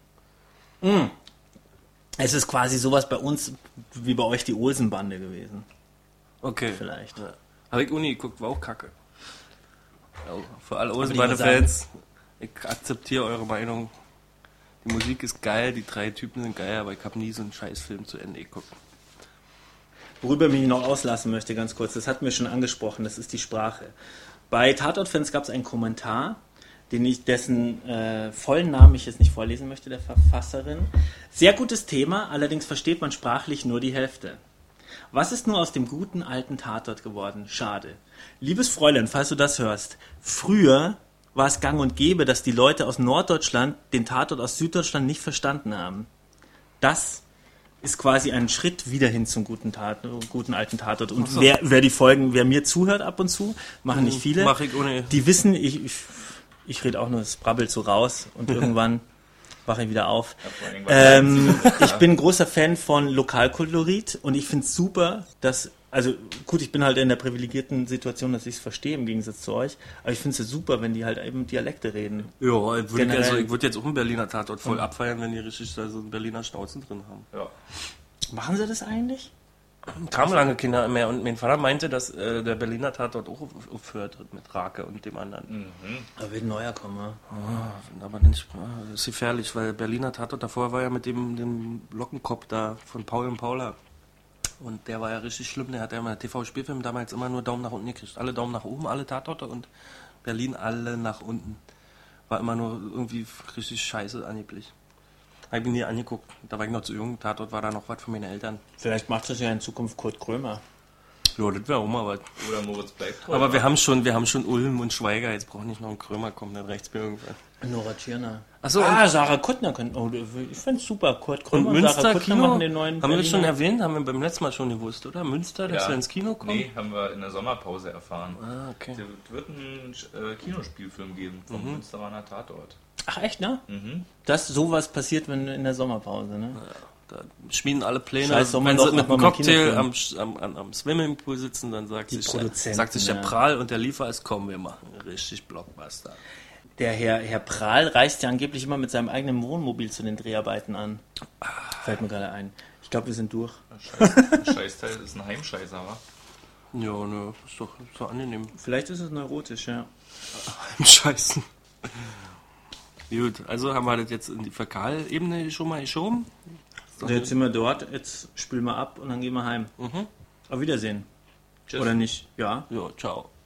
Es ist quasi sowas bei uns wie bei euch die Olsenbande gewesen. Okay. Vielleicht. Ja. Habe ich Uni geguckt, war auch kacke. Also, für alle die Osenbande-Fans, sagen- ich akzeptiere eure Meinung. Die Musik ist geil, die drei Typen sind geil, aber ich habe nie so einen Scheißfilm zu Ende geguckt. Worüber ich mich noch auslassen möchte, ganz kurz, das hatten wir schon angesprochen, das ist die Sprache. Bei Tatortfans gab es einen Kommentar, den ich, dessen äh, vollen Namen ich jetzt nicht vorlesen möchte, der Verfasserin. Sehr gutes Thema, allerdings versteht man sprachlich nur die Hälfte. Was ist nur aus dem guten alten Tatort geworden? Schade. Liebes Fräulein, falls du das hörst, früher war es gang und gäbe, dass die Leute aus Norddeutschland den Tatort aus Süddeutschland nicht verstanden haben. Das ist quasi ein Schritt wieder hin zum guten, Tat, guten alten Tatort. Und so. wer, wer die Folgen, wer mir zuhört ab und zu, machen nicht viele, Mach ich ohne. Die wissen, ich, ich, ich rede auch nur, es brabbelt so raus und irgendwann wache ich wieder auf. Ähm, ich bin ein großer Fan von Lokalkolorit und ich finde es super, dass, also gut, ich bin halt in der privilegierten Situation, dass ich es verstehe im Gegensatz zu euch, aber ich finde es ja super, wenn die halt eben Dialekte reden. Ja, ich würde also, ich würd jetzt auch einen Berliner Tatort voll abfeiern, wenn die richtig da so einen Berliner Schnauzen drin haben. Ja. Machen sie das eigentlich? Kamen lange Kinder mehr und mein Vater meinte, dass äh, der Berliner Tatort auch aufhört mit Rake und dem anderen. Mhm. Da wird ein neuer kommen. Ah, aber nicht, das ist gefährlich, weil Berliner Tatort davor war ja mit dem, dem Lockenkopf da von Paul und Paula. Und der war ja richtig schlimm, der hat ja immer T V-Spielfilm damals immer nur Daumen nach unten gekriegt. Alle Daumen nach oben, alle Tatorte und Berlin alle nach unten. War immer nur irgendwie richtig scheiße angeblich. Habe ich mir nie angeguckt. Da war ich noch zu jung. Tatort war da noch was von meinen Eltern. Vielleicht macht das ja in Zukunft Kurt Krömer. Ja, das wäre auch mal was. Oder Moritz bleibt treu. Aber wir haben schon, wir haben schon Ulm und Schweiger. Jetzt braucht nicht noch ein Krömer kommen, dann reicht's mir irgendwann. Nora Tschirner. Achso, ah, Sarah Kuttner können. Oh, ich finde es super. Kurt Krömer und und, Münster, Sarah Kuttner Kino, machen den neuen. Haben wir das schon Berliner. erwähnt? Haben wir beim letzten Mal schon gewusst, oder? Münster, dass Ja. wir ins Kino kommen? Nee, haben wir in der Sommerpause erfahren. Ah, okay. Es wird einen äh, Kinospielfilm geben vom Mhm. Münsteraner Tatort. Ach echt, ne? Mhm. Dass sowas passiert, wenn in der Sommerpause, ne? Da schmieden alle Pläne. Scheiß Sommer Wenn doch, sie mit mach einem mal Cocktail am, Kinofilm. am, am, am Swimmingpool sitzen, dann sagt Die sich, der, Produzenten, sagt sich der ja. Prahl und der Liefer ist, komm, wir machen richtig Blockbuster. Der Herr, Herr Prahl reist ja angeblich immer mit seinem eigenen Wohnmobil zu den Dreharbeiten an. Fällt mir gerade ein. Ich glaube, wir sind durch. Scheiß, Scheißteil ist ein Heimscheißer, wa? Ja, ne, ist doch so angenehm. Vielleicht ist es neurotisch, ja. Scheißen. Gut, also haben wir das jetzt in die Fäkalebene schon mal geschoben. Also jetzt sind wir dort, jetzt spülen wir ab und dann gehen wir heim. Mhm. Auf Wiedersehen. Tschüss. Oder nicht? Ja. Ja, ciao.